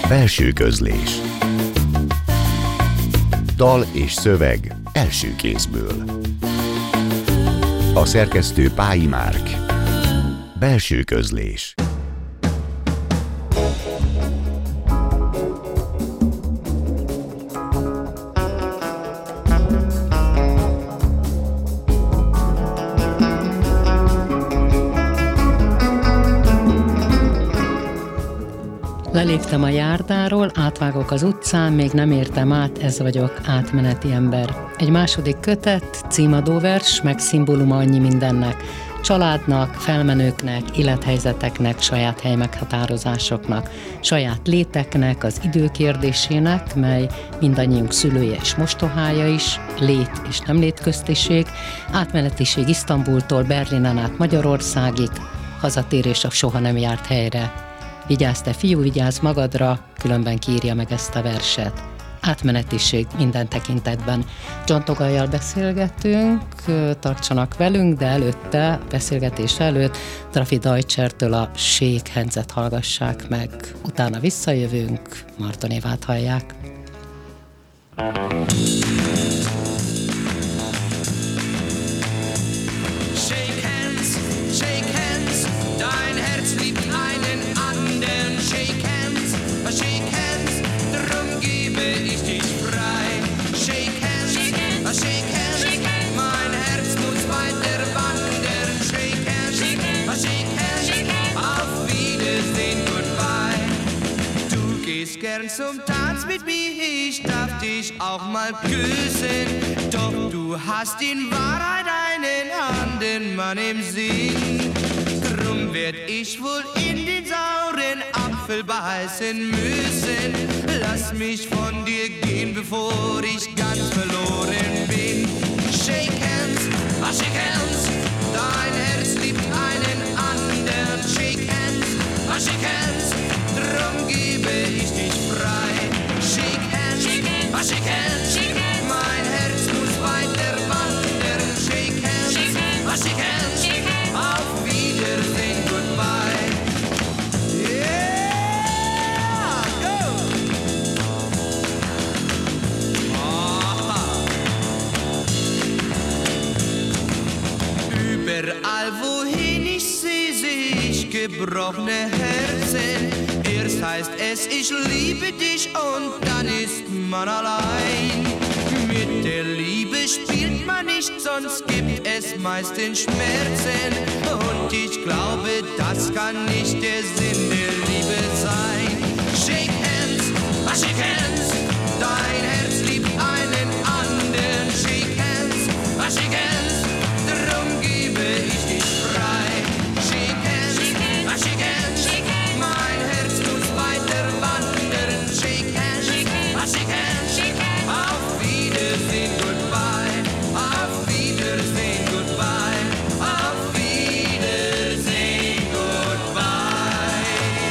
Belső közlés. Dal és szöveg első kézből. A szerkesztő Pályi Márk. Belső közlés. Leléptem a járdáról, átvágok az utcán, még nem értem át, ez vagyok, átmeneti ember. Egy második kötet, címadóvers, meg szimbóluma annyi mindennek. Családnak, felmenőknek, élethelyzeteknek, saját helymeghatározásoknak, saját léteknek, az idő kérdésének, mely mindannyiunk szülője és mostohája is, lét és nem létköztiség, átmenetiség Isztambultól Berlinen át Magyarországig, hazatérés a soha nem járt helyre. Vigyázz te fiú, vigyázz magadra, különben kiírja meg ezt a verset. Átmenetiség minden tekintetben. John Togajjal beszélgetünk, tartsanak velünk, de előtte, beszélgetés előtt Drafi Deutschertől a Shake Hands-et hallgassák meg. Utána visszajövünk, Marton Évát hallják. Gern zum Tanz mit mir, ich darf dich auch mal küssen. Doch du hast in Wahrheit einen anderen Mann im Sinn. Drum werd ich wohl in den sauren Apfel beißen müssen. Lass mich von dir gehen, bevor ich ganz verloren bin. Shake hands, shake hands, dein Herz liebt einen anderen. Shake hands, shake hands, drum gebe ich dich frei. Shake hands, shake hands, mein Herz muss weiter wandern. Shake hands, shake hands, auf Wiedersehen, goodbye. Yeah, go! Aha. Überall, wohin ich sehe, sehe ich gebrochene Herzen. Erst heißt es, ich liebe dich und dann ist man allein. Mit der Liebe spielt man nicht, sonst gibt es meistens Schmerzen. Und ich glaube, das kann nicht der Sinn der Liebe sein. Shake hands, dein Herz liebt einen anderen. Shake hands, drum gebe ich dich frei. Shake hands, mein Herz muss weiter wandern. Shake hands, auf Wiedersehen, goodbye. Auf Wiedersehen, goodbye. Auf Wiedersehen, goodbye.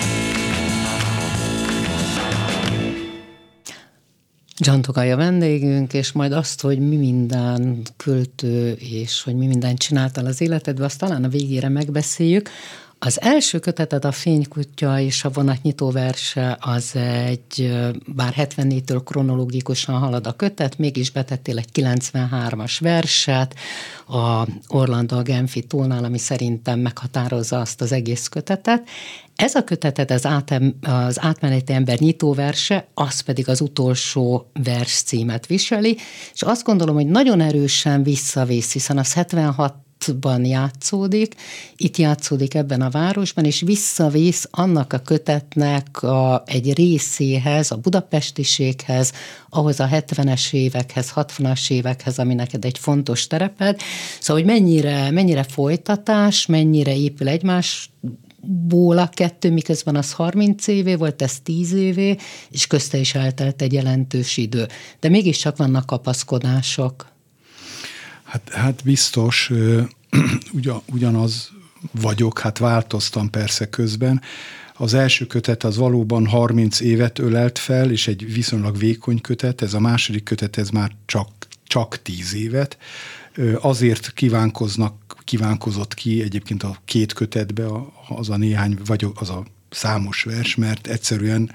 John Togaj a vendégünk, és majd azt, hogy mi minden költő, és hogy mi mindent csináltál az életedben, azt talán a végére megbeszéljük. Az első köteted, a Fénykutya és a vonatnyitó verse, az egy, bár 74-től kronológikusan halad a kötet, mégis betettél egy 93-as verset a Orlando a Genfi tónál, ami szerintem meghatározza azt az egész kötetet. Ez a köteted az átmeneti ember nyitóverse, az pedig az utolsó vers címet viseli, és azt gondolom, hogy nagyon erősen visszavész, hiszen az 76-ban játszódik, itt játszódik ebben a városban, és visszavész annak a kötetnek egy részéhez, a budapestiséghez, ahhoz a 70-es évekhez, 60-as évekhez, ami neked egy fontos tereped. Szóval, hogy mennyire folytatás, mennyire épül egymásból a kettő, miközben az 30 évé volt, ez 10 évé, és közte is eltelt egy jelentős idő. De mégiscsak vannak kapaszkodások. Hát biztos, ugyanaz vagyok, hát változtam persze közben. Az első kötet az valóban 30 évet ölelt fel, és egy viszonylag vékony kötet, ez a második kötet, ez már csak 10 évet. Azért kívánkozott ki egyébként a két kötetbe az a néhány, vagy az a számos vers, mert egyszerűen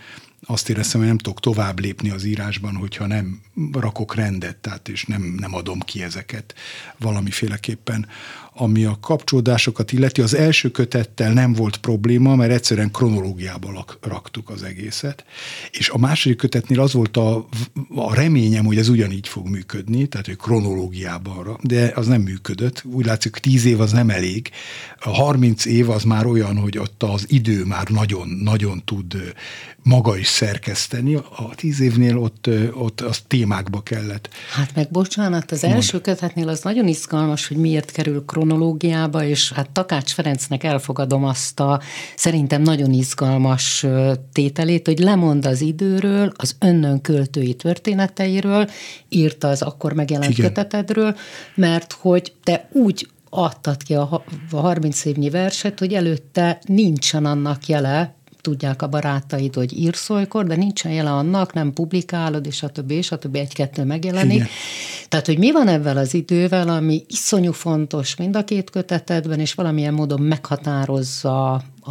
azt éreztem, hogy nem tudok tovább lépni az írásban, hogyha nem rakok rendet, tehát és nem adom ki ezeket valamiféleképpen. Ami a kapcsolódásokat illeti, az első kötettel nem volt probléma, mert egyszerűen kronológiába raktuk az egészet, és a második kötetnél az volt a reményem, hogy ez ugyanígy fog működni, tehát hogy kronológiában, de az nem működött. Úgy látszik, 10 év az nem elég. A 30 év az már olyan, hogy ott az idő már nagyon tud maga is szerkeszteni. A 10 évnél ott az témákba kellett. Hát meg bocsánat, az első kötetnél az nagyon izgalmas, hogy miért kerül kronológiába, és hát Takács Ferencnek elfogadom azt a szerintem nagyon izgalmas tételét, hogy lemond az időről, az önnön költői történeteiről, írta az akkor megjelent kötetedről, mert hogy te úgy adtad ki a 30 évnyi verset, hogy előtte nincsen annak jele, tudják a barátaid, hogy írsz olykor, de nincsen jele annak, nem publikálod, és a többi, egy-kettő megjelenik. Igen. Tehát, hogy mi van ebben az idővel, ami iszonyú fontos mind a két kötetedben, és valamilyen módon meghatározza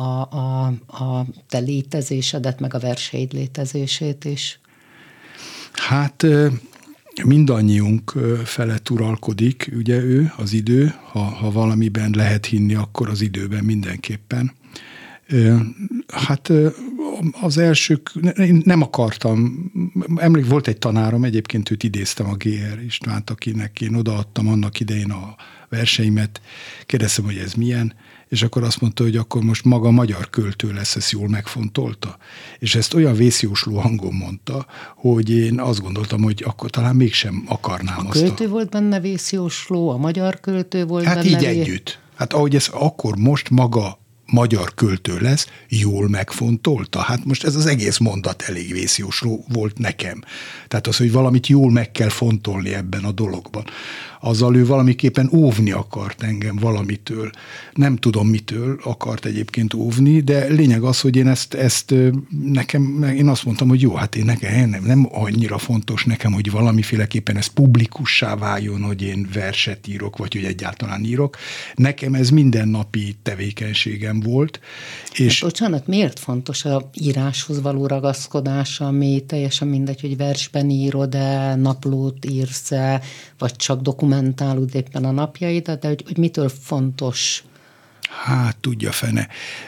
a te létezésedet, meg a verseid létezését is? Hát mindannyiunk felett uralkodik, ugye ő, az idő, ha valamiben lehet hinni, akkor az időben mindenképpen. Hát az elsők, én nem akartam, volt egy tanárom, egyébként őt idéztem, a G.R. Istvánt, akinek én odaadtam annak idején a verseimet, kérdeztem, hogy ez milyen, és akkor azt mondta, hogy akkor most maga magyar költő lesz, ezt jól megfontolta. És ezt olyan vészjósló hangon mondta, hogy én azt gondoltam, hogy akkor talán mégsem akarnám azt. A költő volt benne vészjósló, a magyar költő volt benne. Hát így együtt. Hát ahogy ez akkor most maga magyar költő lesz, jól megfontolta. Hát most ez az egész mondat elég vészjósló volt nekem. Tehát az, hogy valamit jól meg kell fontolni ebben a dologban. Azzal ő valamiképpen óvni akart engem valamitől. Nem tudom, mitől akart egyébként óvni, de lényeg az, hogy én ezt nekem, én azt mondtam, hogy jó, hát én nekem nem annyira fontos nekem, hogy valamiféleképpen ez publikussá váljon, hogy én verset írok, vagy hogy egyáltalán írok. Nekem ez mindennapi tevékenységem volt. És bocsánat, miért fontos a íráshoz való ragaszkodás, ami teljesen mindegy, hogy versben írod-e, naplót írsz-e, vagy csak dokumentálod éppen a napjaidat, de hogy mitől fontos? Hát, tudja fene.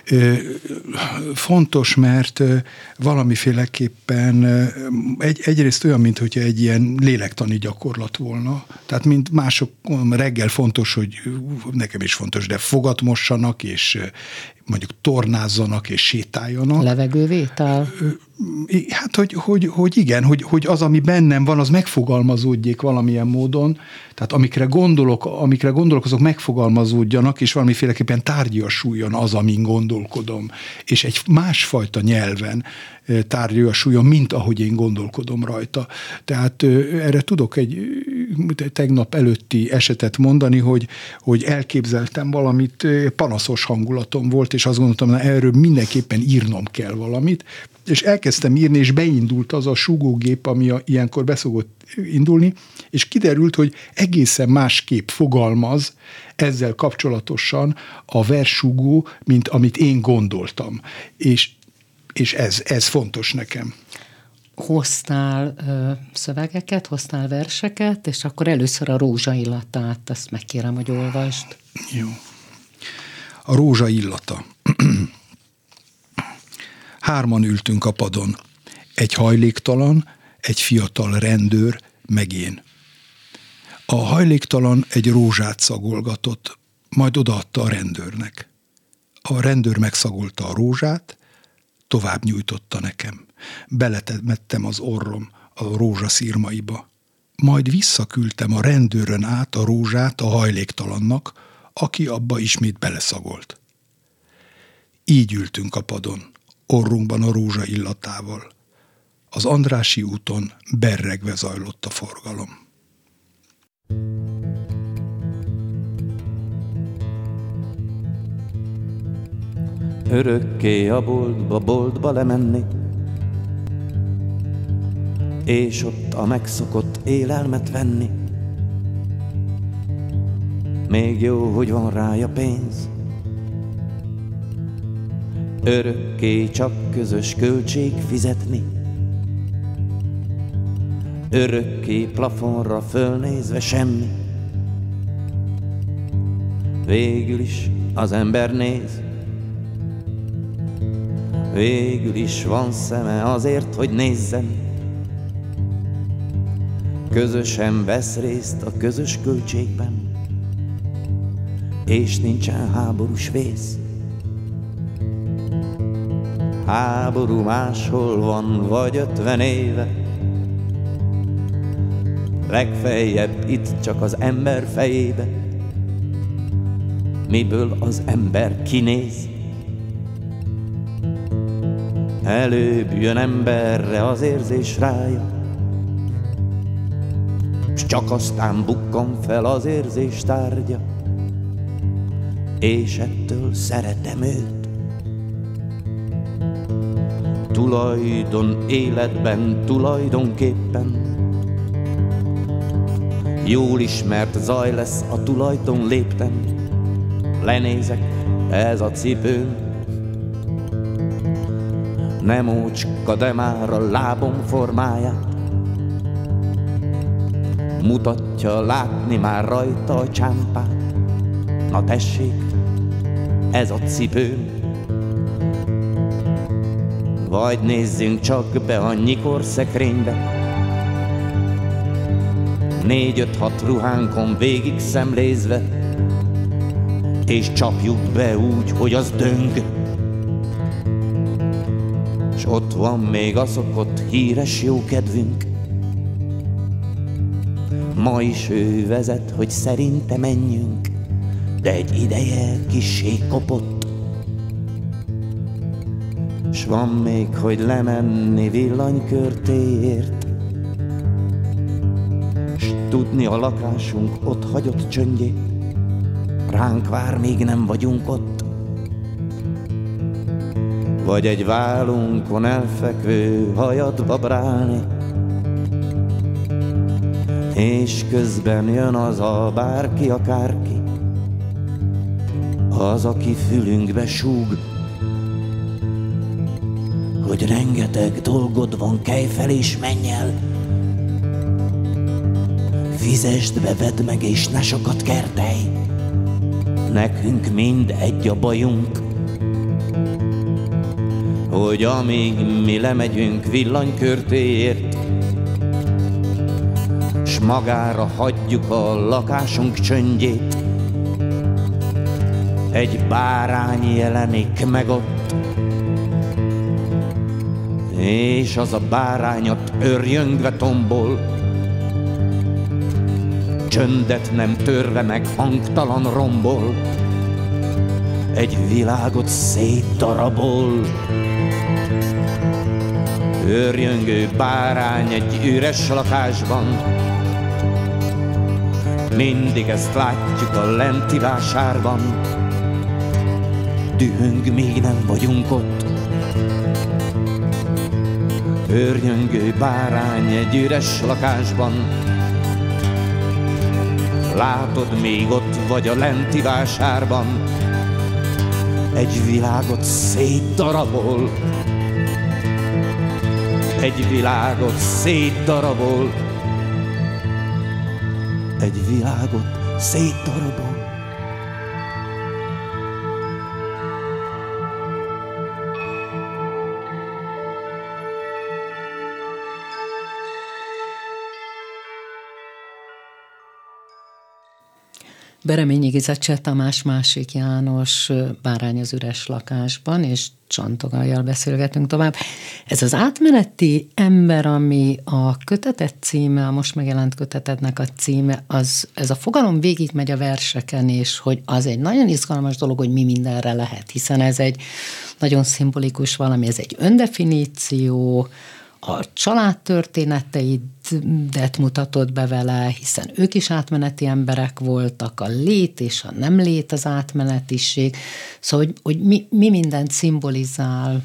Fontos, mert valamiféleképpen egyrészt olyan, mint hogyha egy ilyen lélektani gyakorlat volna. Tehát, mint mások, reggel fontos, hogy nekem is fontos, de fogat mossanak, és mondjuk tornázzanak és sétáljanak. Levegővétel? Hát, hogy igen, hogy az, ami bennem van, az megfogalmazódjék valamilyen módon, tehát amikre gondolok, azok megfogalmazódjanak, és valamiféleképpen tárgyiasuljon az, amin gondolkodom, és egy másfajta nyelven tárgyiasuljon, mint ahogy én gondolkodom rajta. Tehát erre tudok egy tegnap előtti esetet mondani, hogy elképzeltem valamit, panaszos hangulatom volt, és azt gondoltam, hogy erről mindenképpen írnom kell valamit, és elkezdtem írni, és beindult az a súgógép, ami ilyenkor beszokott indulni, és kiderült, hogy egészen másképp fogalmaz ezzel kapcsolatosan a verssúgó, mint amit én gondoltam. És ez fontos nekem. Hoztál szövegeket, hoztál verseket, és akkor először a Rózsa illatát, azt megkérem, hogy olvasd. Jó. A Rózsa illata. Hárman ültünk a padon. Egy hajléktalan, egy fiatal rendőr, meg én. A hajléktalan egy rózsát szagolgatott, majd odaadta a rendőrnek. A rendőr megszagolta a rózsát, tovább nyújtotta nekem. Beletemettem az orrom a rózsaszírmaiba. Majd visszaküldtem a rendőrön át a rózsát a hajléktalannak, aki abba ismét beleszagolt. Így ültünk a padon, orrunkban a rózsa illatával. Az Andrássy úton berregve zajlott a forgalom. Örökké a boltba lemenni, és ott a megszokott élelmet venni. Még jó, hogy van rája pénz, Örökké csak közös költség fizetni, örökké plafonra fölnézve semmi. Végül is az ember néz, végül is van szeme azért, hogy nézzen. Közösen vesz részt a közös költségben, és nincsen háborús vész. Háború máshol van, vagy 50 éve, legfeljebb itt csak az ember fejébe. Miből az ember kinéz? Előbb jön emberre az érzés rája, s csak aztán bukkan fel az érzés tárgya, és ettől szeretem őt. Tulajdon életben, tulajdonképpen jól ismert zaj lesz a tulajdon lépten. Lenézek, ez a cipőm, nem ócska, de már a lábom formáját mutatja, látni már rajta a csámpát. Na tessék, ez a cipőm. Vagy nézzünk csak be a nyikor szekrénybe, 4-5-6 ruhánkon végig szemlézve, és csapjuk be úgy, hogy az döng. S ott van még a szokott híres jó kedvünk. Ma is ő vezet, hogy szerinte menjünk, de egy ideje kissé kopott. S van még, hogy lemenni villanykörtéért, s tudni a lakásunk ott hagyott csöndjét. Ránk vár, még nem vagyunk ott. Vagy egy vállunkon elfekvő hajat babrálni, és közben jön az a bárki akárki, az, aki fülünkbe súg, hogy rengeteg dolgod van, kelj fel és menj el. Fizesd be, vedd meg és ne sokat kertelj, nekünk mind egy a bajunk, hogy amíg mi lemegyünk villanykörtéért, s magára hagyjuk a lakásunk csöndjét, egy bárány jelenik meg ott, és az a bárányat örjöngve tombol, csöndet nem törve meg hangtalan rombol, egy világot szétdarabol. Őrjöngő bárány egy üres lakásban, mindig ezt látjuk a lenti vásárban. Dühöng, még nem vagyunk ott. Őrjöngő bárány egy üres lakásban, látod, még ott vagy a lenti vásárban, egy világot szétdarabol, egy világot szétdarabol, egy világot szétdarabol. Bereményi Giza, Cseh Tamás, Másik János, Bárány az üres lakásban, és Csantogajjal beszélgetünk tovább. Ez az átmeneti ember, ami a kötetet címe, a most megjelent kötetednek a címe, ez a fogalom végigmegy a verseken, és hogy az egy nagyon izgalmas dolog, hogy mi mindenre lehet, hiszen ez egy nagyon szimbolikus valami, ez egy öndefiníció, a családtörténeteidet mutatod be vele, hiszen ők is átmeneti emberek voltak, a lét és a nem lét az átmenetiség. Szóval, hogy mi mindent szimbolizál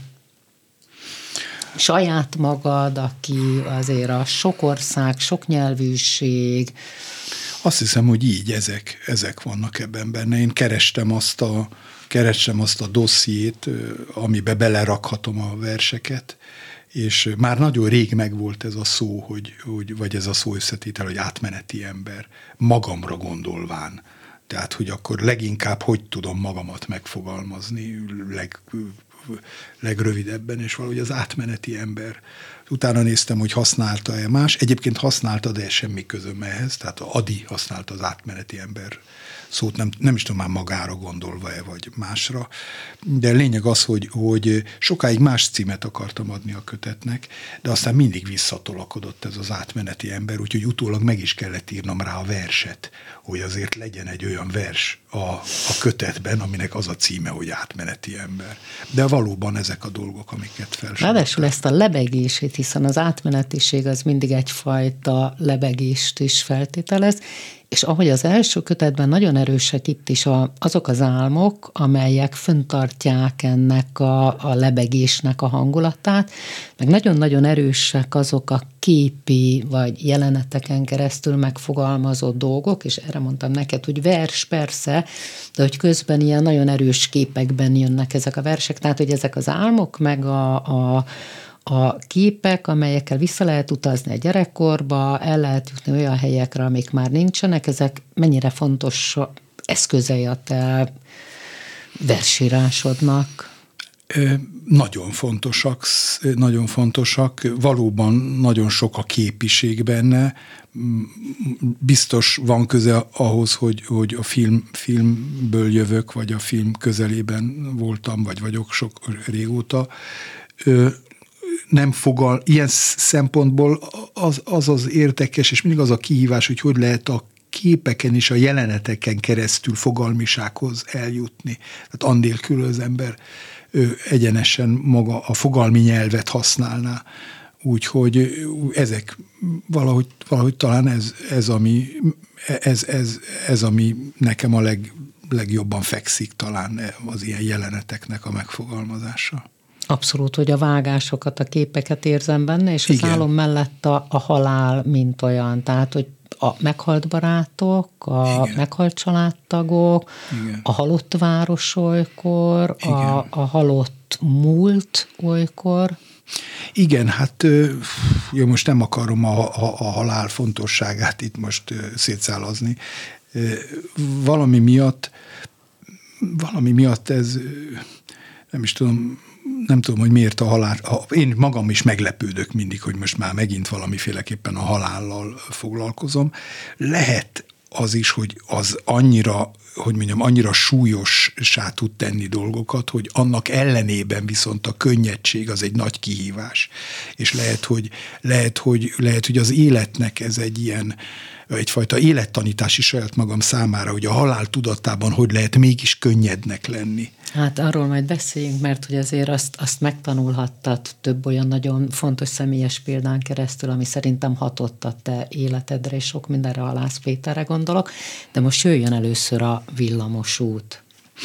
saját magad, aki azért a sok ország, sok nyelvűség. Azt hiszem, hogy így ezek vannak ebben benne. Én kerestem azt a keressem azt a dossziét, amibe belerakhatom a verseket, és már nagyon rég megvolt ez a szó, vagy ez a szó összetétel, hogy átmeneti ember, magamra gondolván. Tehát, hogy akkor leginkább hogy tudom magamat megfogalmazni legrövidebben, és valahogy az átmeneti ember. Utána néztem, hogy használta-e más. Egyébként használta, de semmi közöm ehhez. Tehát Ady használta az átmeneti ember szót, nem is tudom már magára gondolva-e, vagy másra. De lényeg az, hogy sokáig más címet akartam adni a kötetnek, de aztán mindig visszatolakodott ez az átmeneti ember, úgyhogy utólag meg is kellett írnom rá a verset, hogy azért legyen egy olyan vers a kötetben, aminek az a címe, hogy átmeneti ember. De valóban ezek a dolgok, amiket felsoroltam. Ráadásul ezt a lebegését, hiszen az átmenetiség az mindig egyfajta lebegést is feltételez, és ahogy az első kötetben nagyon erősek itt is azok az álmok, amelyek fenntartják ennek a lebegésnek a hangulatát, meg nagyon-nagyon erősek azok a képi vagy jeleneteken keresztül megfogalmazott dolgok, és erre mondtam neked, hogy vers persze, de hogy közben ilyen nagyon erős képekben jönnek ezek a versek, tehát hogy ezek az álmok, meg a képek, amelyekkel vissza lehet utazni a gyerekkorba, el lehet jutni olyan helyekre, amik már nincsenek, ezek mennyire fontos eszközei a te versírásodnak? Nagyon fontosak. Valóban nagyon sok a képiség benne. Biztos van köze ahhoz, hogy a filmből jövök, vagy a film közelében voltam, vagy vagyok sok régóta. Ilyen szempontból az érdekes, és mindig az a kihívás, hogy lehet a képeken és a jeleneteken keresztül fogalmisághoz eljutni. Tehát annélkül az ember egyenesen maga a fogalmi nyelvet használná. Úgyhogy ezek valahogy talán ez ami nekem a legjobban fekszik talán az ilyen jeleneteknek a megfogalmazása. Abszolút, hogy a vágásokat, a képeket érzem benne, és az álom mellett a halál, mint olyan. Tehát, hogy a meghalt barátok, a meghalt családtagok, a halott város olykor, a halott múlt olykor. Igen, hát jó, most nem akarom a halál fontosságát itt most szétszálazni. Valami miatt ez, nem tudom, hogy miért a halál. Én magam is meglepődök mindig, hogy most már megint valamiféleképpen a halállal foglalkozom. Lehet az is, hogy az annyira súlyossá tud tenni dolgokat, hogy annak ellenében viszont a könnyedség az egy nagy kihívás. És lehet, hogy az életnek ez egyfajta élettanítás is saját magam számára, hogy a halál tudatában hogy lehet mégis könnyednek lenni. Hát arról majd beszéljünk, mert hogy azért azt megtanulhattad több olyan nagyon fontos személyes példán keresztül, ami szerintem hatott a te életedre, és sok mindenre, Halász Péterre gondolok, de most jöjjön először a Villamos út.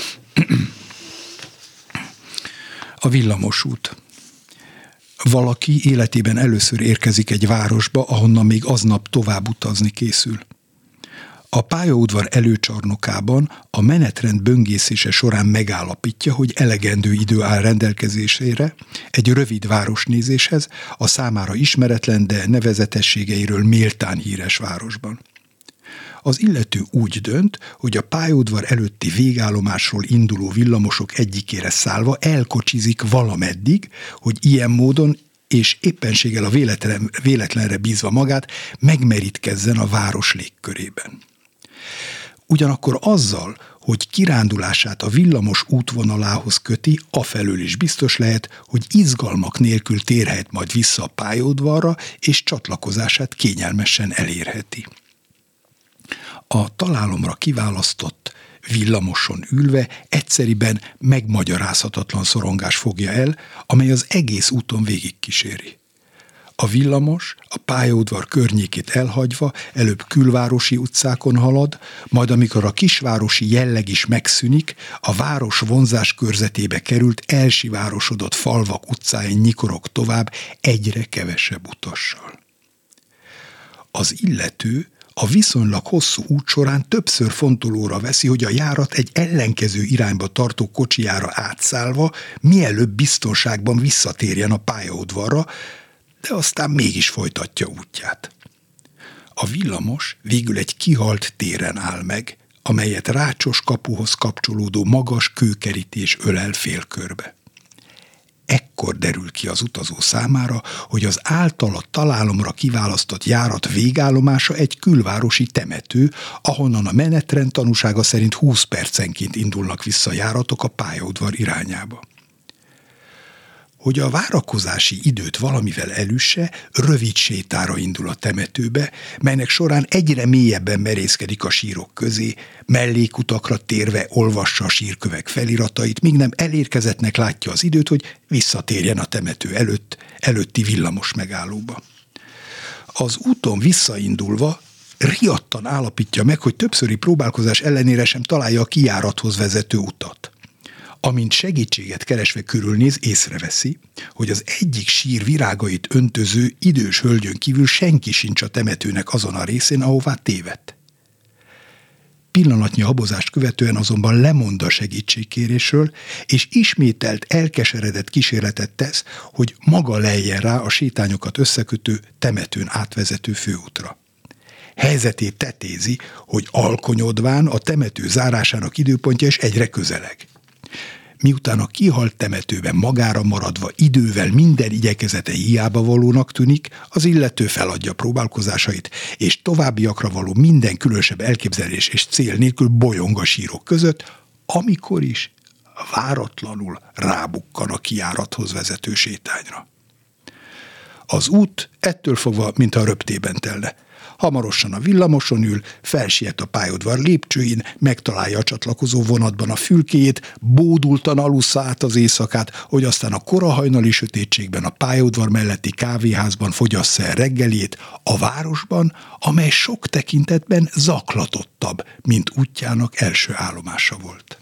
A Villamos út. Valaki életében először érkezik egy városba, ahonnan még aznap tovább utazni készül. A pályaudvar előcsarnokában a menetrend böngészése során megállapítja, hogy elegendő idő áll rendelkezésére egy rövid városnézéshez a számára ismeretlen, de nevezetességeiről méltán híres városban. Az illető úgy dönt, hogy a pályaudvar előtti végállomásról induló villamosok egyikére szállva elkocsizik valameddig, hogy ilyen módon és éppenséggel a véletlenre bízva magát megmerítkezzen a város légkörében. Ugyanakkor azzal, hogy kirándulását a villamos útvonalához köti, afelől is biztos lehet, hogy izgalmak nélkül térhet majd vissza a pályaudvarra, és csatlakozását kényelmesen elérheti. A találomra kiválasztott villamoson ülve egyszeriben megmagyarázhatatlan szorongás fogja el, amely az egész úton végigkíséri. A villamos a pályaudvar környékét elhagyva előbb külvárosi utcákon halad, majd amikor a kisvárosi jelleg is megszűnik, a város vonzás körzetébe került elsivárosodott falvak utcáin nyikorog tovább egyre kevesebb utassal. Az illető A viszonylag hosszú út során többször fontolóra veszi, hogy a járat egy ellenkező irányba tartó kocsijára átszállva mielőbb biztonságban visszatérjen a pályaudvarra, de aztán mégis folytatja útját. A villamos végül egy kihalt téren áll meg, amelyet rácsos kapuhoz kapcsolódó magas kőkerítés ölel félkörbe. Ekkor derül ki az utazó számára, hogy az általa találomra kiválasztott járat végállomása egy külvárosi temető, ahonnan a menetrend tanúsága szerint 20 percenként indulnak vissza járatok a pályaudvar irányába. Hogy a várakozási időt valamivel elüsse, rövid sétára indul a temetőbe, melynek során egyre mélyebben merészkedik a sírok közé, mellékutakra térve olvassa a sírkövek feliratait, míg nem elérkezettnek látja az időt, hogy visszatérjen a temető előtti villamos megállóba. Az úton visszaindulva riadtan állapítja meg, hogy többszöri próbálkozás ellenére sem találja a kijárathoz vezető utat. Amint segítséget keresve körülnéz, észreveszi, hogy az egyik sír virágait öntöző idős hölgyön kívül senki sincs a temetőnek azon a részén, ahová tévedt. Pillanatnyi habozást követően azonban lemond a segítségkérésről, és ismételt elkeseredett kísérletet tesz, hogy maga lejjen rá a sétányokat összekötő temetőn átvezető főútra. Helyzetét tetézi, hogy alkonyodván a temető zárásának időpontja is egyre közeleg. Miután a kihalt temetőben magára maradva idővel minden igyekezete hiába valónak tűnik, az illető feladja próbálkozásait, és továbbiakra való minden különösebb elképzelés és cél nélkül bolyong a sírok között, amikor is váratlanul rábukkan a kijárathoz vezető sétányra. Az út ettől fogva, mintha röptében telne. Hamarosan a villamoson ül, felsiet a pályaudvar lépcsőin, megtalálja a csatlakozó vonatban a fülkéjét, bódultan alussza át az éjszakát, hogy aztán a korahajnali sötétségben a pályaudvar melletti kávéházban fogyassza el reggeljét, a városban, amely sok tekintetben zaklatottabb, mint útjának első állomása volt.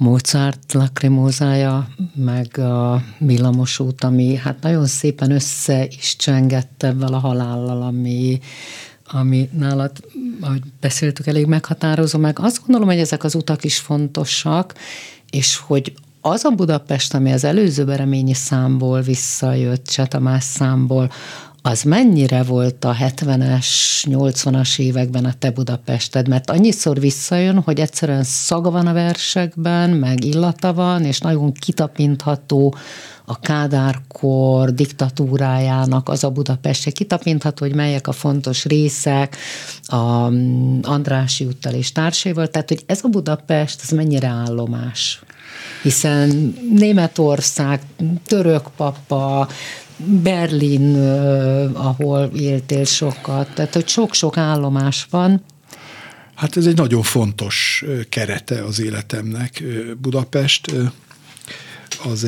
Mozart Lacrimózája, meg a Villamos út, ami hát nagyon szépen össze is csengett ebben a halállal, ami nálad, ahogy beszéltük, elég meghatározó, meg azt gondolom, hogy ezek az utak is fontosak, és hogy az a Budapest, ami az előző Bereményi számból visszajött, Cseh Tamás számból, az mennyire volt a 70-es, 80-as években a te Budapested? Mert annyiszor visszajön, hogy egyszerűen szaga van a versekben, meg illata van, és nagyon kitapintható a Kádár-kor diktatúrájának az a Budapest, kitapintható, hogy melyek a fontos részek, a Andrássy úttal és társaival, tehát hogy ez a Budapest, ez mennyire állomás? Hiszen Németország, török papa, Berlin, ahol éltél sokat, tehát hogy sok-sok állomás van. Hát ez egy nagyon fontos kerete az életemnek. Budapest az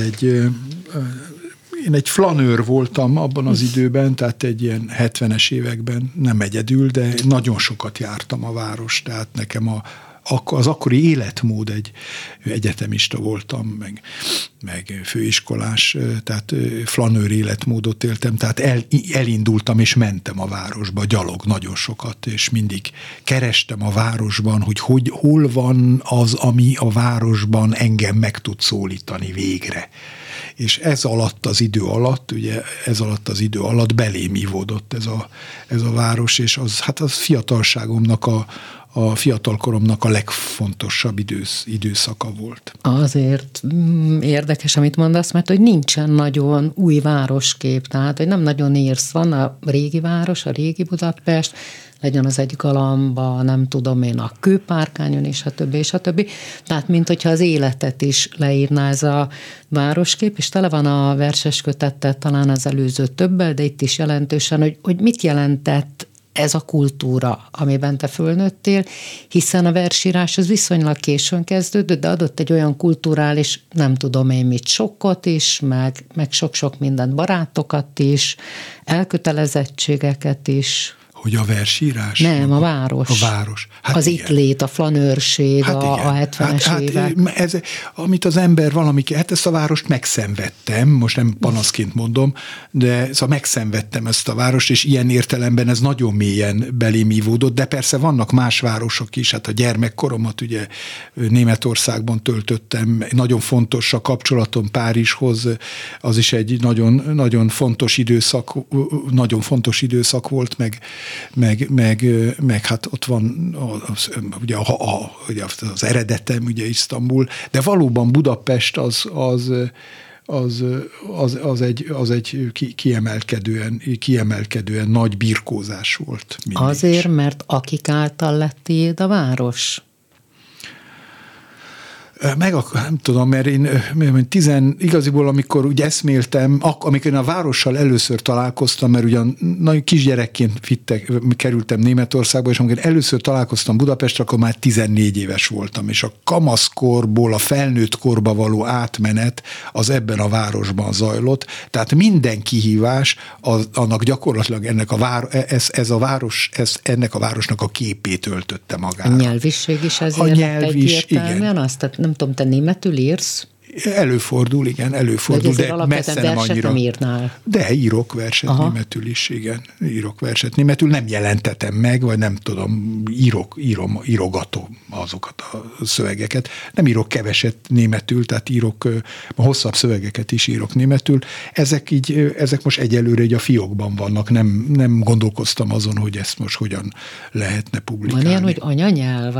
én egy flanőr voltam abban az időben, tehát egy ilyen 70-es években, nem egyedül, de nagyon sokat jártam a város, tehát nekem az akkori életmód, egy egyetemista voltam, meg főiskolás, tehát flanőr életmódot éltem, tehát elindultam és mentem a városba, gyalog nagyon sokat, és mindig kerestem a városban, hogy hol van az, ami a városban engem meg tud szólítani végre. És ez alatt az idő alatt belém ivódott ez a város, és az fiatalságomnak a fiatalkoromnak a legfontosabb időszaka volt. Azért érdekes, amit mondasz, mert hogy nincsen nagyon új városkép, tehát hogy nem nagyon írsz. Van a régi város, a régi Budapest, legyen az egy Galamba, nem tudom én, a Kőpárkányon, és a többi. Tehát, mint hogyha az életet is leírná ez a városkép, és tele van a verses kötettel, talán az előző többel, de itt is jelentősen, hogy mit jelentett ez a kultúra, amiben te fölnőttél, hiszen a versírás az viszonylag későn kezdődött, de adott egy olyan kulturális, nem tudom én mit, sokkot is, meg sok-sok mindent, barátokat is, elkötelezettségeket is. Hogy a versírás? Nem, a város. A város. Hát az igen. Itt lét, a flanőrség, a 70-es évek. Ez, amit az ember ezt a várost megszenvedtem, most nem panaszként mondom, de szóval megszenvedtem ezt a várost, és ilyen értelemben ez nagyon mélyen belém ívódott, de persze vannak más városok is, hát a gyermekkoromat ugye Németországban töltöttem, nagyon fontos a kapcsolatom Párizshoz, az is egy nagyon, nagyon fontos időszak volt, meg hát ott van ugye az eredetem, ugye Isztambul, de valóban Budapest az egy kiemelkedően nagy birkózás volt. Azért, mert akik által lett tiéd a város? Nem tudom, mert én igaziból, amikor úgy eszméltem, amikor én a várossal először találkoztam, mert ugyan nagyon kisgyerekként kerültem Németországba, és amikor először találkoztam Budapestre, akkor már 14 éves voltam, és a kamaszkorból a felnőtt korba való átmenet az ebben a városban zajlott. Tehát minden kihívás annak gyakorlatilag ennek a városnak a képét öltötte magára. A nyelviség is azért. A nyelv is, igen. Azt, tehát nem tudom, te németül írsz? Előfordul, de messze nem annyira. Nem írnál. De írok verset németül is, igen. Írok verset németül, nem jelentetem meg, vagy nem tudom, írogatom azokat a szövegeket. Nem írok keveset németül, tehát hosszabb szövegeket is írok németül. Ezek most egyelőre így a fiókban vannak, nem gondolkoztam azon, hogy ezt most hogyan lehetne publikálni. Van ilyen, hogy anyanyelv?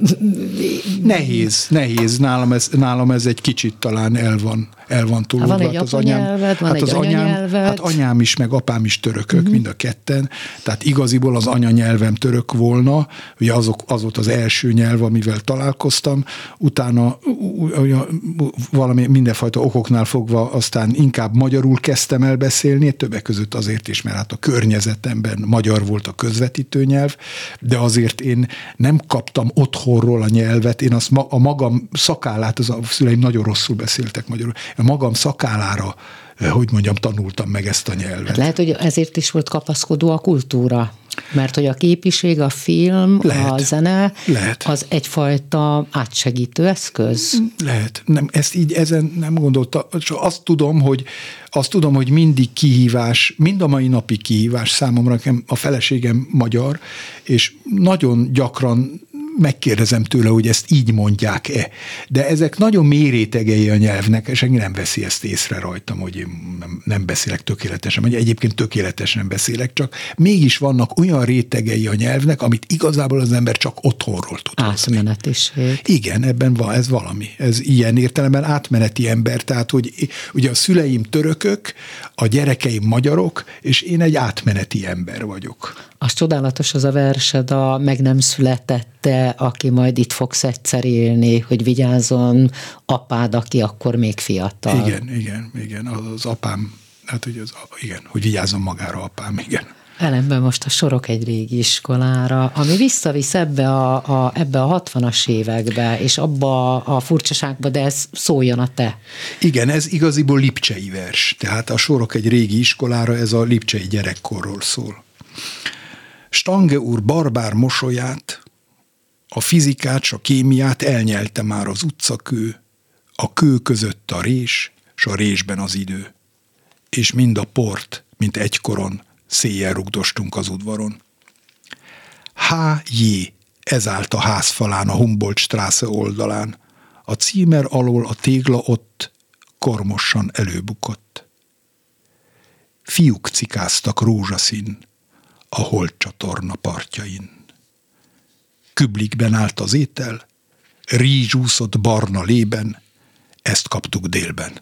Nehéz. Nálam ez egy kicsit talán el van túlódva. Van egy apanyelved, van egy anyanyelved. Hát anyám is, meg apám is törökök, mind a ketten. Tehát igaziból az anyanyelvem török volna, ugye az volt az első nyelv, amivel találkoztam. Utána valami mindenfajta okoknál fogva aztán inkább magyarul kezdtem el beszélni, többek között azért is, mert hát a környezetemben magyar volt a közvetítő nyelv, de azért én nem kaptam otthonról a nyelvet, én a magam szakállát, a szüleim nagyon rosszul beszéltek magyarul, a magam szakállára tanultam meg ezt a nyelvet. Hát lehet, hogy ezért is volt kapaszkodó a kultúra, mert hogy a képiség, a film, a zene, az egyfajta átsegítő eszköz. Lehet. Nem, ezt így ezen nem gondolta. Azt tudom, hogy mindig kihívás, mind a mai napi kihívás számomra, a feleségem magyar, és nagyon gyakran megkérdezem tőle, hogy ezt így mondják-e. De ezek nagyon mély rétegei a nyelvnek, és senki nem veszi ezt észre rajtam, hogy én nem beszélek tökéletesen, vagy egyébként tökéletesen beszélek, csak mégis vannak olyan rétegei a nyelvnek, amit igazából az ember csak otthonról tud. Átmenetiség. Igen, ebben van, ez valami. Ez ilyen értelemben átmeneti ember, tehát hogy ugye a szüleim törökök, a gyerekeim magyarok, és én egy átmeneti ember vagyok. Az csodálatos az a versed, a meg nem születette, aki majd itt fogsz egyszer élni, hogy vigyázzon apád, aki akkor még fiatal. Igen, az apám, hát hogy igen, hogy vigyázzon magára apám, igen. Ellenben most a Sorok egy régi iskolára, ami visszavisz ebbe a 60-as évekbe, és abba a furcsaságba, de ez szóljon a te. Igen, ez igaziból lipcsei vers, tehát a Sorok egy régi iskolára, ez a lipcsei gyerekkorról szól. Stange úr barbár mosolyát, a fizikát, s a kémiát elnyelte már az utcakő, a kő között a rés, s a résben az idő. És mind a port, mint egykoron, széjjel rugdostunk az udvaron. H.J. ez állt a házfalán a Humboldt-Straße oldalán, a címer alól a tégla ott kormosan előbukott. Fiúk cikáztak rózsaszín a Holt-csatorna partjain. Küblikben állt az étel, rizs úszott barna lében, ezt kaptuk délben.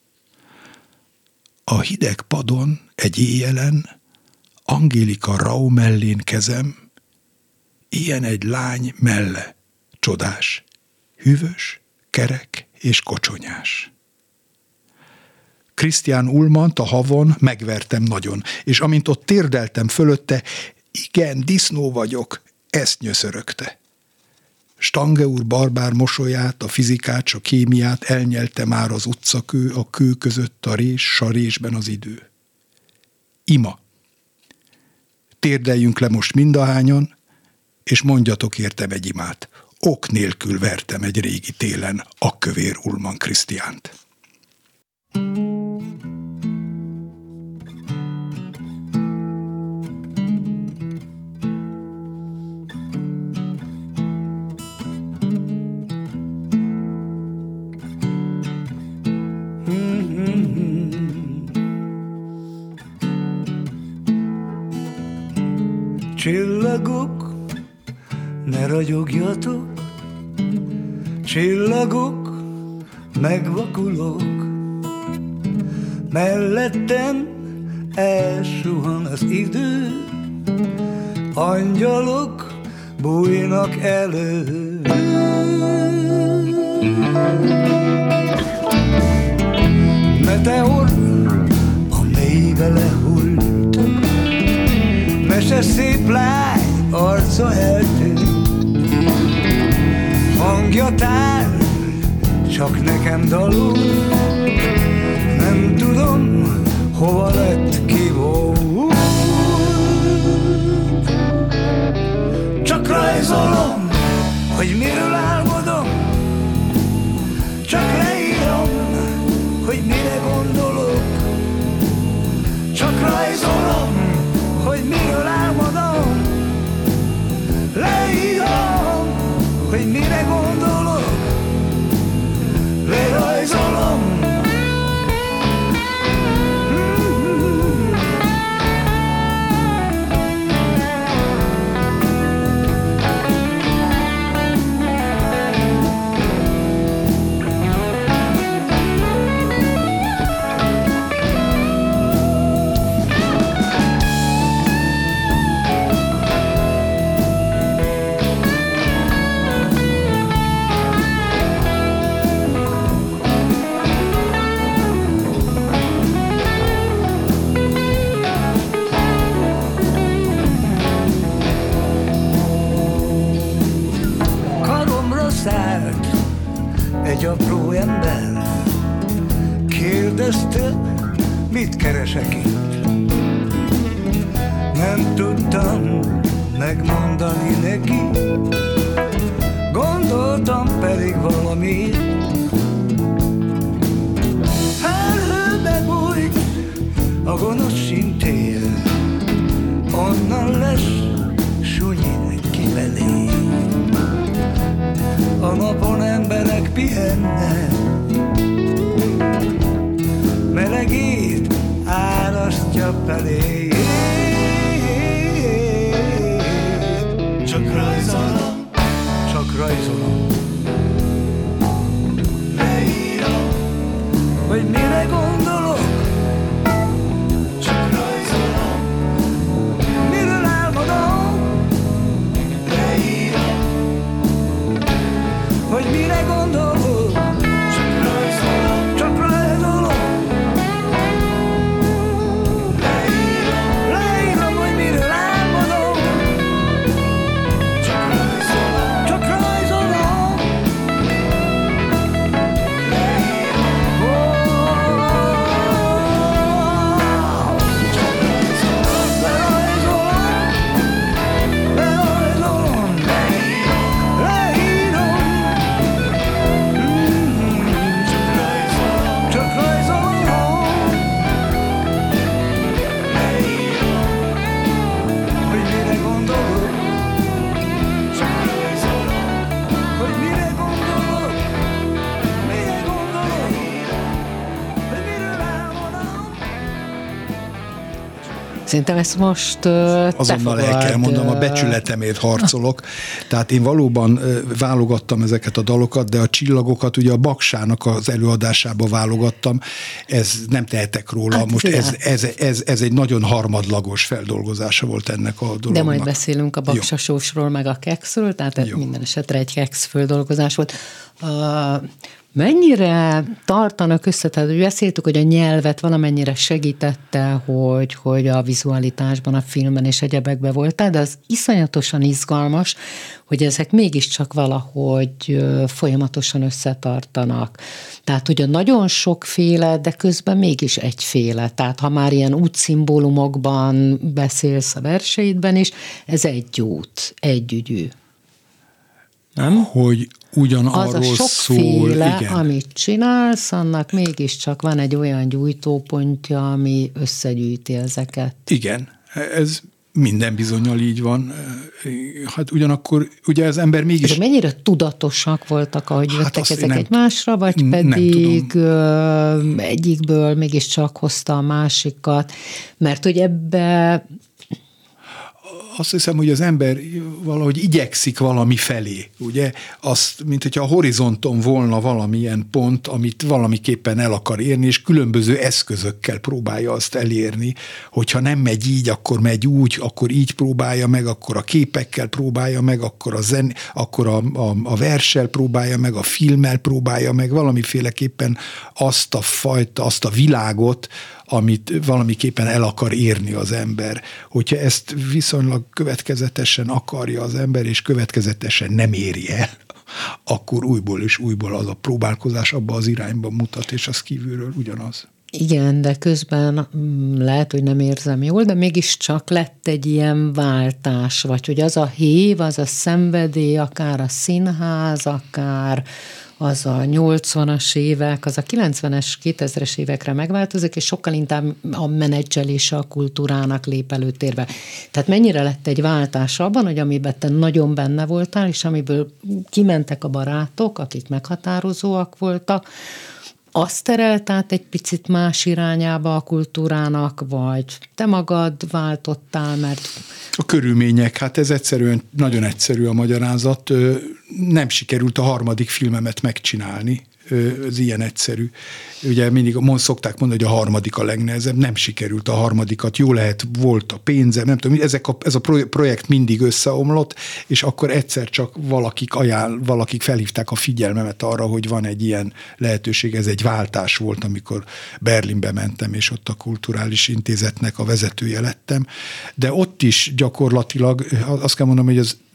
A hideg padon egy éjjelen Angélika Rau mellén kezem, ilyen egy lány melle, csodás, hűvös, kerek és kocsonyás. Christian Ullmann a havon megvertem nagyon, és amint ott térdeltem fölötte, igen, disznó vagyok, ezt nyöszörögte. Stange úr barbár mosolyát, a fizikát, s a kémiát elnyelte már az utcakő, a kő között a rés, s a résben az idő. Ima, térdeljünk le most mindahányan, és mondjatok értem egy imát. Ok nélkül vertem egy régi télen a kövér Ullmann Krisztiánt. Csillagok, ne ragyogjatok, csillagok, megvakulok, mellettem elsuhan az idő, angyalok bújnak elő. Meteor a mélybe lehult, mese szép lány arca eltűnt, hangja tár, csak nekem dalul, nem tudom, hova lett kivont. Csak rajzolom, hogy miről álmodom, csak leírom, hogy mire gondolok, csak rajzolom, hogy miről álmodom, leírom, hogy mire gondolok, lerajzolom. mit keresek itt. Nem tudtam megmondani neki, gondoltam pedig valamit. Felhőbe bújt a gonosz szintér, onnan lesz sunyi egy kifelé. A napon emberek pihennek, melegét árasztja felé. Csak rajzolom, csak rajzolom, leírom, hogy mire gondolok. Csak rajzolom, miről álmodom, leírom, hogy mire gondolok. Csak rajzolom, csak rajzolom, leírom, hogy miről álmodom. Csak rajzolom, csak rajzolom, leírom, csak rajzolom, lerajzolom, leírom, csak rajzolom, hogy mire gondolok. Csak rajzolom, hogy mire gondolok, hogy miről álmodom. Szerintem ezt most Azonnal el kell mondanom, a becsületemért harcolok. Tehát én valóban válogattam ezeket a dalokat, de a csillagokat ugye a Baksának az előadásába válogattam. Ez nem tehetek róla. Hát most igen. ez egy nagyon harmadlagos feldolgozása volt ennek a dolognak. De majd beszélünk a baksasósról, meg a kekszről, tehát Jó. minden esetre egy keksz földolgozás volt. Mennyire tartanak össze, tehát hogy beszéltük, hogy a nyelvet valamennyire segítette, hogy a vizualitásban, a filmben és egyebekben voltál, de az iszonyatosan izgalmas, hogy ezek mégiscsak valahogy folyamatosan összetartanak. Tehát ugye nagyon sokféle, de közben mégis egyféle. Tehát ha már ilyen útszimbólumokban beszélsz a verseidben is, ez egy út, egy ügyű. Nem? Hogy ugyanarról Az a szól. sokféle, Igen. amit csinálsz, annak mégiscsak van egy olyan gyújtópontja, ami összegyűjti ezeket. Igen, ez minden bizonnyal így van. Hát ugyanakkor ugye az ember mégis... De mennyire tudatosak voltak, ahogy jöttek azt én ezek nem- egymásra, vagy nem pedig egyikből mégiscsak hozta a másikat? Mert hogy ebbe... Azt hiszem, hogy az ember valahogy igyekszik valami felé, ugye? Azt, mint hogyha a horizonton volna valamilyen pont, amit valamiképpen el akar érni, és különböző eszközökkel próbálja azt elérni. Hogyha nem megy így, akkor megy úgy, akkor így próbálja meg, akkor a képekkel próbálja meg, akkor akkor a verssel próbálja meg, a filmmel próbálja meg, valamiféleképpen azt a világot, amit valamiképpen el akar érni az ember. Hogyha ezt viszonylag következetesen akarja az ember, és következetesen nem éri el, akkor újból és újból az a próbálkozás abba az irányba mutat, és az kívülről ugyanaz. Igen, de közben lehet, hogy nem érzem jól, de mégiscsak lett egy ilyen váltás, vagy hogy az a hév, az a szenvedély, akár a színház, akár az a 80-as évek, az a 90-es, 2000-es évekre megváltozik, és sokkal inkább a menedzselése a kultúrának lép előtérbe. Tehát mennyire lett egy váltás abban, hogy amiben te nagyon benne voltál, és amiből kimentek a barátok, akik meghatározóak voltak, azt terelt át egy picit más irányába a kultúrának, vagy te magad váltottál, mert... A körülmények, hát ez egyszerűen, nagyon egyszerű a magyarázat. Nem sikerült a harmadik filmemet megcsinálni. Ez ilyen egyszerű. Ugye mindig szokták mondani, hogy a harmadik a legnehezebb, nem sikerült a harmadikat, jó lehet, volt a pénzem, nem tudom, ez a projekt mindig összeomlott, és akkor egyszer csak valakik felhívták a figyelmemet arra, hogy van egy ilyen lehetőség, ez egy váltás volt, amikor Berlinbe mentem, és ott a Kulturális Intézetnek a vezetője lettem, de ott is gyakorlatilag azt kell mondanom, hogy az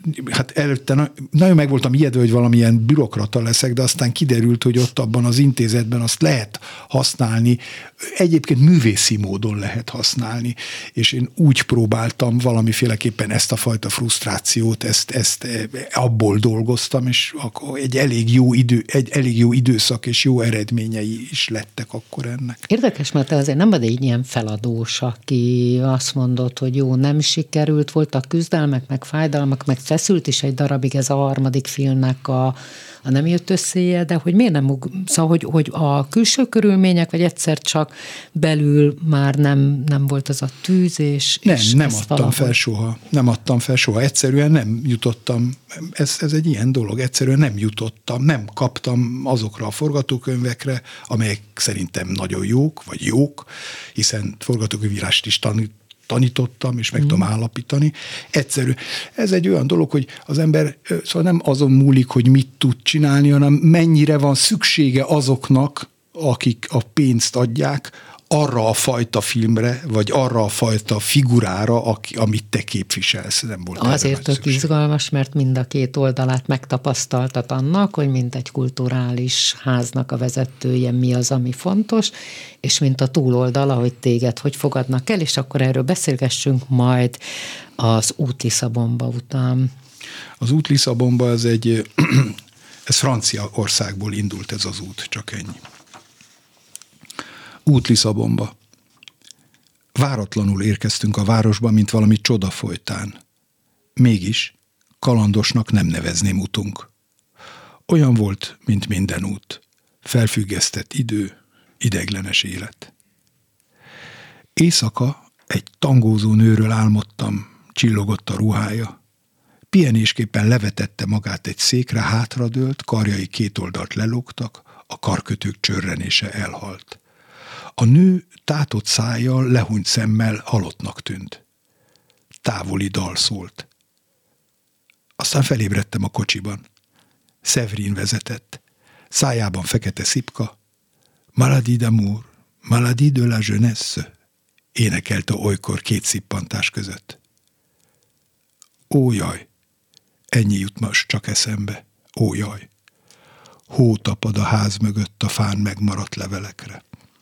hát előtte nagyon meg voltam ijedve, hogy valamilyen bürokrata leszek, de aztán kiderült, hogy ott abban az intézetben azt lehet használni, egyébként művészi módon lehet használni, és én úgy próbáltam valamiféleképpen ezt a fajta frusztrációt, ezt abból dolgoztam, és akkor egy elég jó időszak és jó eredményei is lettek akkor ennek. Érdekes, mert te azért nem vagy egy ilyen feladós, aki azt mondott, hogy jó, nem sikerült, voltak küzdelmek, meg fájdalmak, meg feszült is egy darabig ez a harmadik filmnek a nem jött összéje, de hogy miért nem, szóval, hogy a külső körülmények, vagy egyszer csak belül már nem volt az a tűz, és nem adtam fel soha, egyszerűen nem jutottam, ez egy ilyen dolog, egyszerűen nem jutottam, nem kaptam azokra a forgatókönyvekre, amelyek szerintem nagyon jók, vagy jók, hiszen forgatókönyvírást is tanítottam, és meg tudom állapítani. Egyszerű. Ez egy olyan dolog, hogy az ember szóval nem azon múlik, hogy mit tud csinálni, hanem mennyire van szüksége azoknak, akik a pénzt adják, arra a fajta filmre, vagy arra a fajta figurára, amit te képviselsz. Nem volt azért tök izgalmas, mert mind a két oldalát megtapasztaltat annak, hogy mint egy kulturális háznak a vezetője mi az, ami fontos, és mint a túloldala, hogy téged hogy fogadnak el, és akkor erről beszélgessünk majd az Út Lisszabonba után. Az Út Lisszabonba ez Franciaországból indult ez az út, csak ennyi. Út Lisszabonba. Váratlanul érkeztünk a városba, mint valami csoda folytán. Mégis kalandosnak nem nevezném utunk. Olyan volt, mint minden út. Felfüggesztett idő, ideiglenes élet. Éjszaka egy tangózó nőről álmodtam, csillogott a ruhája. Pihenésképpen levetette magát egy székre, hátradőlt, karjai két oldalt lelógtak, a karkötők csörrenése elhalt. A nő tátott szájjal, lehúnyt szemmel halottnak tűnt. Távoli dal szólt. Aztán felébredtem a kocsiban. Severin vezetett. Szájában fekete szipka. Maladie d'amour, maladie de la jeunesse, énekelte olykor két szippantás között. Ó jaj, ennyi jut most csak eszembe. Ó jaj. Hó tapad a ház mögött a fán megmaradt levelekre.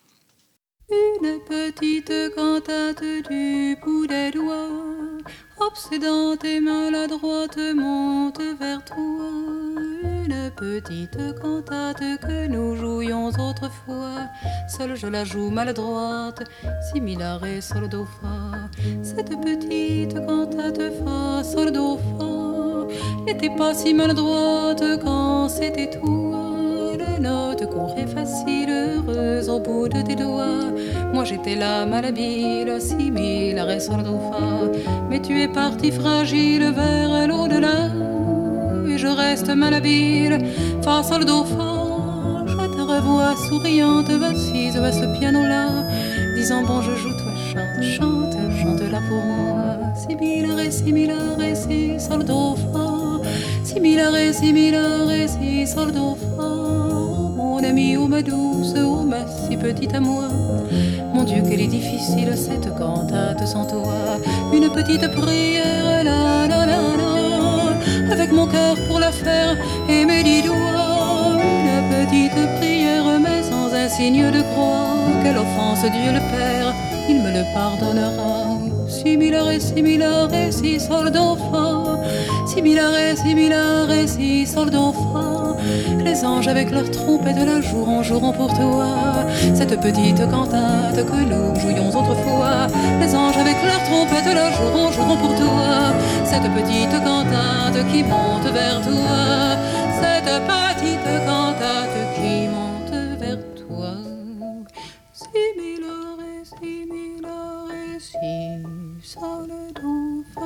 Une petite cantate du bout des doigts, obsédante et maladroite monte vers toi. Une petite cantate que nous jouions autrefois, seule je la joue maladroite, si mi la ré sol do fa. Cette petite cantate fa sol do fa n'était pas si maladroite quand c'était toi. Les notes couraient faciles, heureuses au bout de tes doigts. Moi j'étais là malhabile, si mi la ré sol do fa. Mais tu es parti fragile vers l'au-delà, et je reste malhabile, fa sol do fa. Je te revois souriante, assise à ce piano-là, disant bon je joue, toi chante, chante, chante-la pour moi. Si mi la ré, si mi la ré, si sol do fa. Si mi la ré, si mi la ré, si sol do fa. Mon ami, oh ma douce, oh ma si petite à moi. Mon Dieu, qu'elle est difficile cette cantate sans toi. Une petite prière, la la la la, avec mon cœur pour la faire et mes 10 doigts. Une petite prière, mais sans un signe de croix. Quelle offense, Dieu le Père, il me le pardonnera. Si mi la ré, si mi la ré, si sol do fa. Si mi la ré, si mi la ré, si sol do fa. Les anges avec leurs trompettes la joueront pour toi. Cette petite cantate que nous jouions autrefois. Les anges avec leurs trompettes la joueront pour toi. Cette petite cantate qui monte vers toi. Cette petite cantate qui monte vers toi. Si mi la ré, si mi la ré, si sol do fa.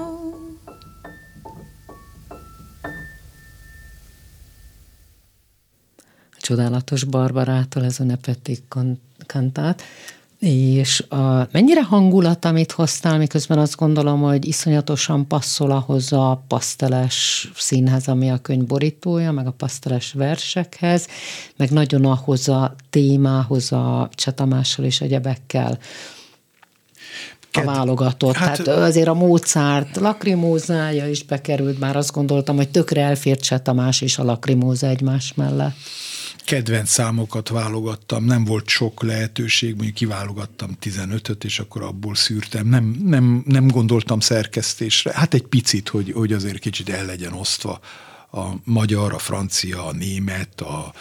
Csodálatos Barbarától ez ünnepeti kantát, és mennyire hangulat, amit hoztál, miközben azt gondolom, hogy iszonyatosan passzol ahhoz a paszteles színhez, ami a könyv borítója, meg a paszteles versekhez, meg nagyon ahhoz a témához, a Cseh Tamással és egyebekkel. a válogatott. Hát, tehát azért a Mozart Lakrimózája is bekerült, bár azt gondoltam, hogy tökre elfért Cseh Tamás és a Lakrimóza egymás mellett. Kedvenc számokat válogattam, nem volt sok lehetőség, mondjuk kiválogattam 15-öt, és akkor abból szűrtem. Nem gondoltam szerkesztésre. Hát egy picit, hogy azért kicsit el legyen osztva a magyar, a francia, a német,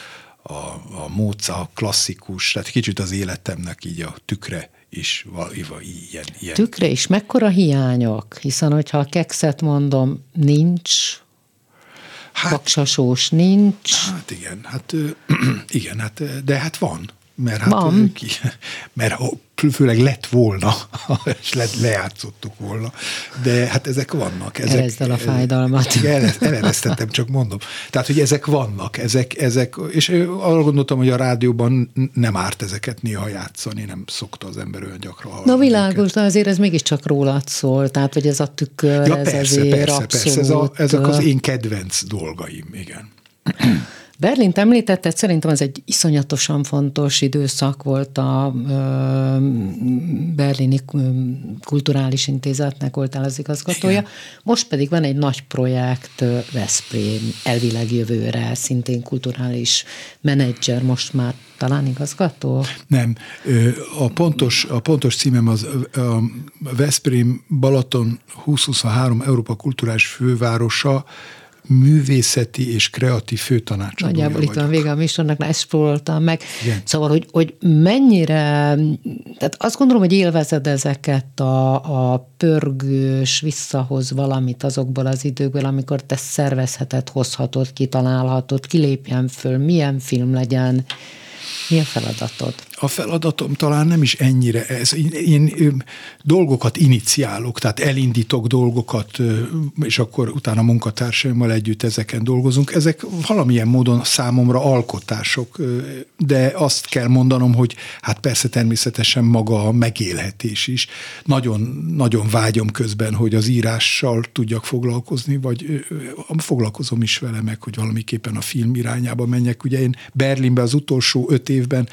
a Mozart klasszikus, tehát kicsit az életemnek így a tükre is ilyen. Tükre is, mekkora hiányok? Hiszen, hogyha a Kekszet mondom, nincs, Paksasós nincs. Hát igen, de hát van. Mert van. Mert főleg lett volna, és lejátszottuk volna, de hát ezek vannak. Erezd el a fájdalmat. Eleresztettem, csak mondom. Tehát, hogy ezek vannak, ezek, és arra gondoltam, hogy a rádióban nem árt ezeket néha játszani, nem szokta az ember olyan gyakran hallani. Na világos, de azért ez mégiscsak rólad szól, tehát, hogy ez a tükör, ja, ez persze, azért persze, ezek az én kedvenc dolgaim, igen. Berlint említetted, szerintem ez egy iszonyatosan fontos időszak volt a Berlini Kulturális Intézetnek, voltál az igazgatója. Igen. Most pedig van egy nagy projekt Veszprém, elvileg jövőre, szintén kulturális menedzser, most már talán igazgató? Nem. A pontos címem az a Veszprém Balaton 2023 Európa kulturális fővárosa, művészeti és kreatív főtanácsadója vagyok. Nagyjából itt van vége a műsornak, ezt spóroltam meg. Igen. Szóval, hogy mennyire, tehát azt gondolom, hogy élvezed ezeket a pörgős, visszahoz valamit azokból az időkből, amikor te szervezheted, hozhatod, kitalálhatod, kilépjen föl, milyen film legyen. Mi a feladatod? A feladatom talán nem is ennyire ez. Én dolgokat iniciálok, tehát elindítok dolgokat, és akkor utána munkatársaimmal együtt ezeken dolgozunk. Ezek valamilyen módon számomra alkotások, de azt kell mondanom, hogy hát persze természetesen maga a megélhetés is. Nagyon, nagyon vágyom közben, hogy az írással tudjak foglalkozni, vagy foglalkozom is vele meg, hogy valamiképpen a film irányába menjek. Ugye én Berlinben az utolsó 5 évben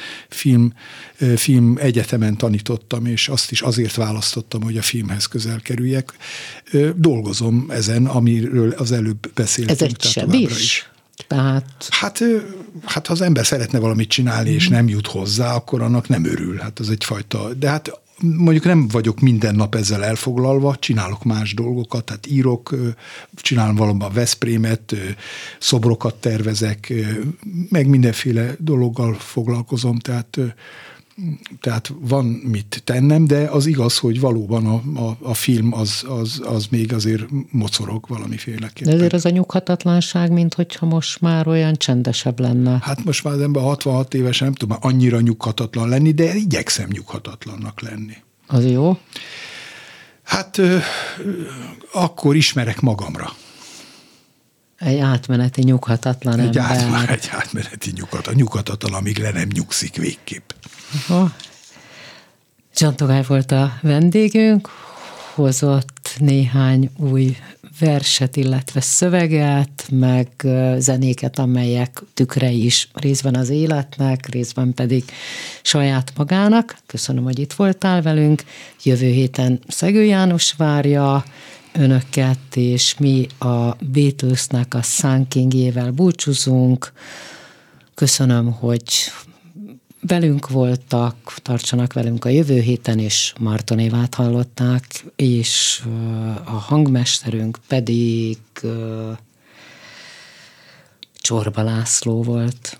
film egyetemen tanítottam, és azt is azért választottam, hogy a filmhez közel kerüljek. Dolgozom ezen, amiről az előbb beszéltünk. Ez egy seb is? Tehát... Hát ha az ember szeretne valamit csinálni, és nem jut hozzá, akkor annak nem örül. Hát az egyfajta... De hát mondjuk nem vagyok minden nap ezzel elfoglalva, csinálok más dolgokat, tehát írok, csinálom valamiben Veszprémet, szobrokat tervezek, meg mindenféle dologgal foglalkozom, tehát van mit tennem, de az igaz, hogy valóban a film az még azért mocorog valamiféleképpen. De azért az a nyughatatlanság, mint hogyha most már olyan csendesebb lenne. Hát most már az ember 66 évesen nem tudom annyira nyughatatlan lenni, de igyekszem nyughatatlannak lenni. Az jó? Hát akkor ismerek magamra. Egy átmeneti nyughatatlan ember. Egy átmeneti nyughatatlan, amíg le nem nyugszik végképp. Zsantogály volt a vendégünk, hozott néhány új verset, illetve szöveget, meg zenéket, amelyek tükrei is részben az életnek, részben pedig saját magának. Köszönöm, hogy itt voltál velünk. Jövő héten Szegő János várja önöket, és mi a Beatlesnek a Thankingjével búcsúzunk. Köszönöm, hogy velünk voltak, tartsanak velünk a jövő héten, és Marton Évát hallották, és a hangmesterünk pedig Csorba László volt.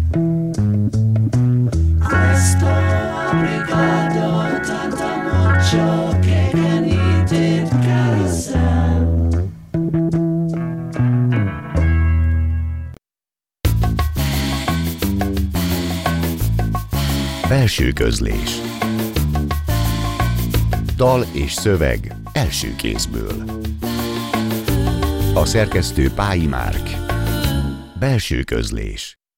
Questo obrigado tanto mucho que canite carousel. Belső közlés. Dal és szöveg első kézből. A szerkesztő Pályi Márk. Belső közlés.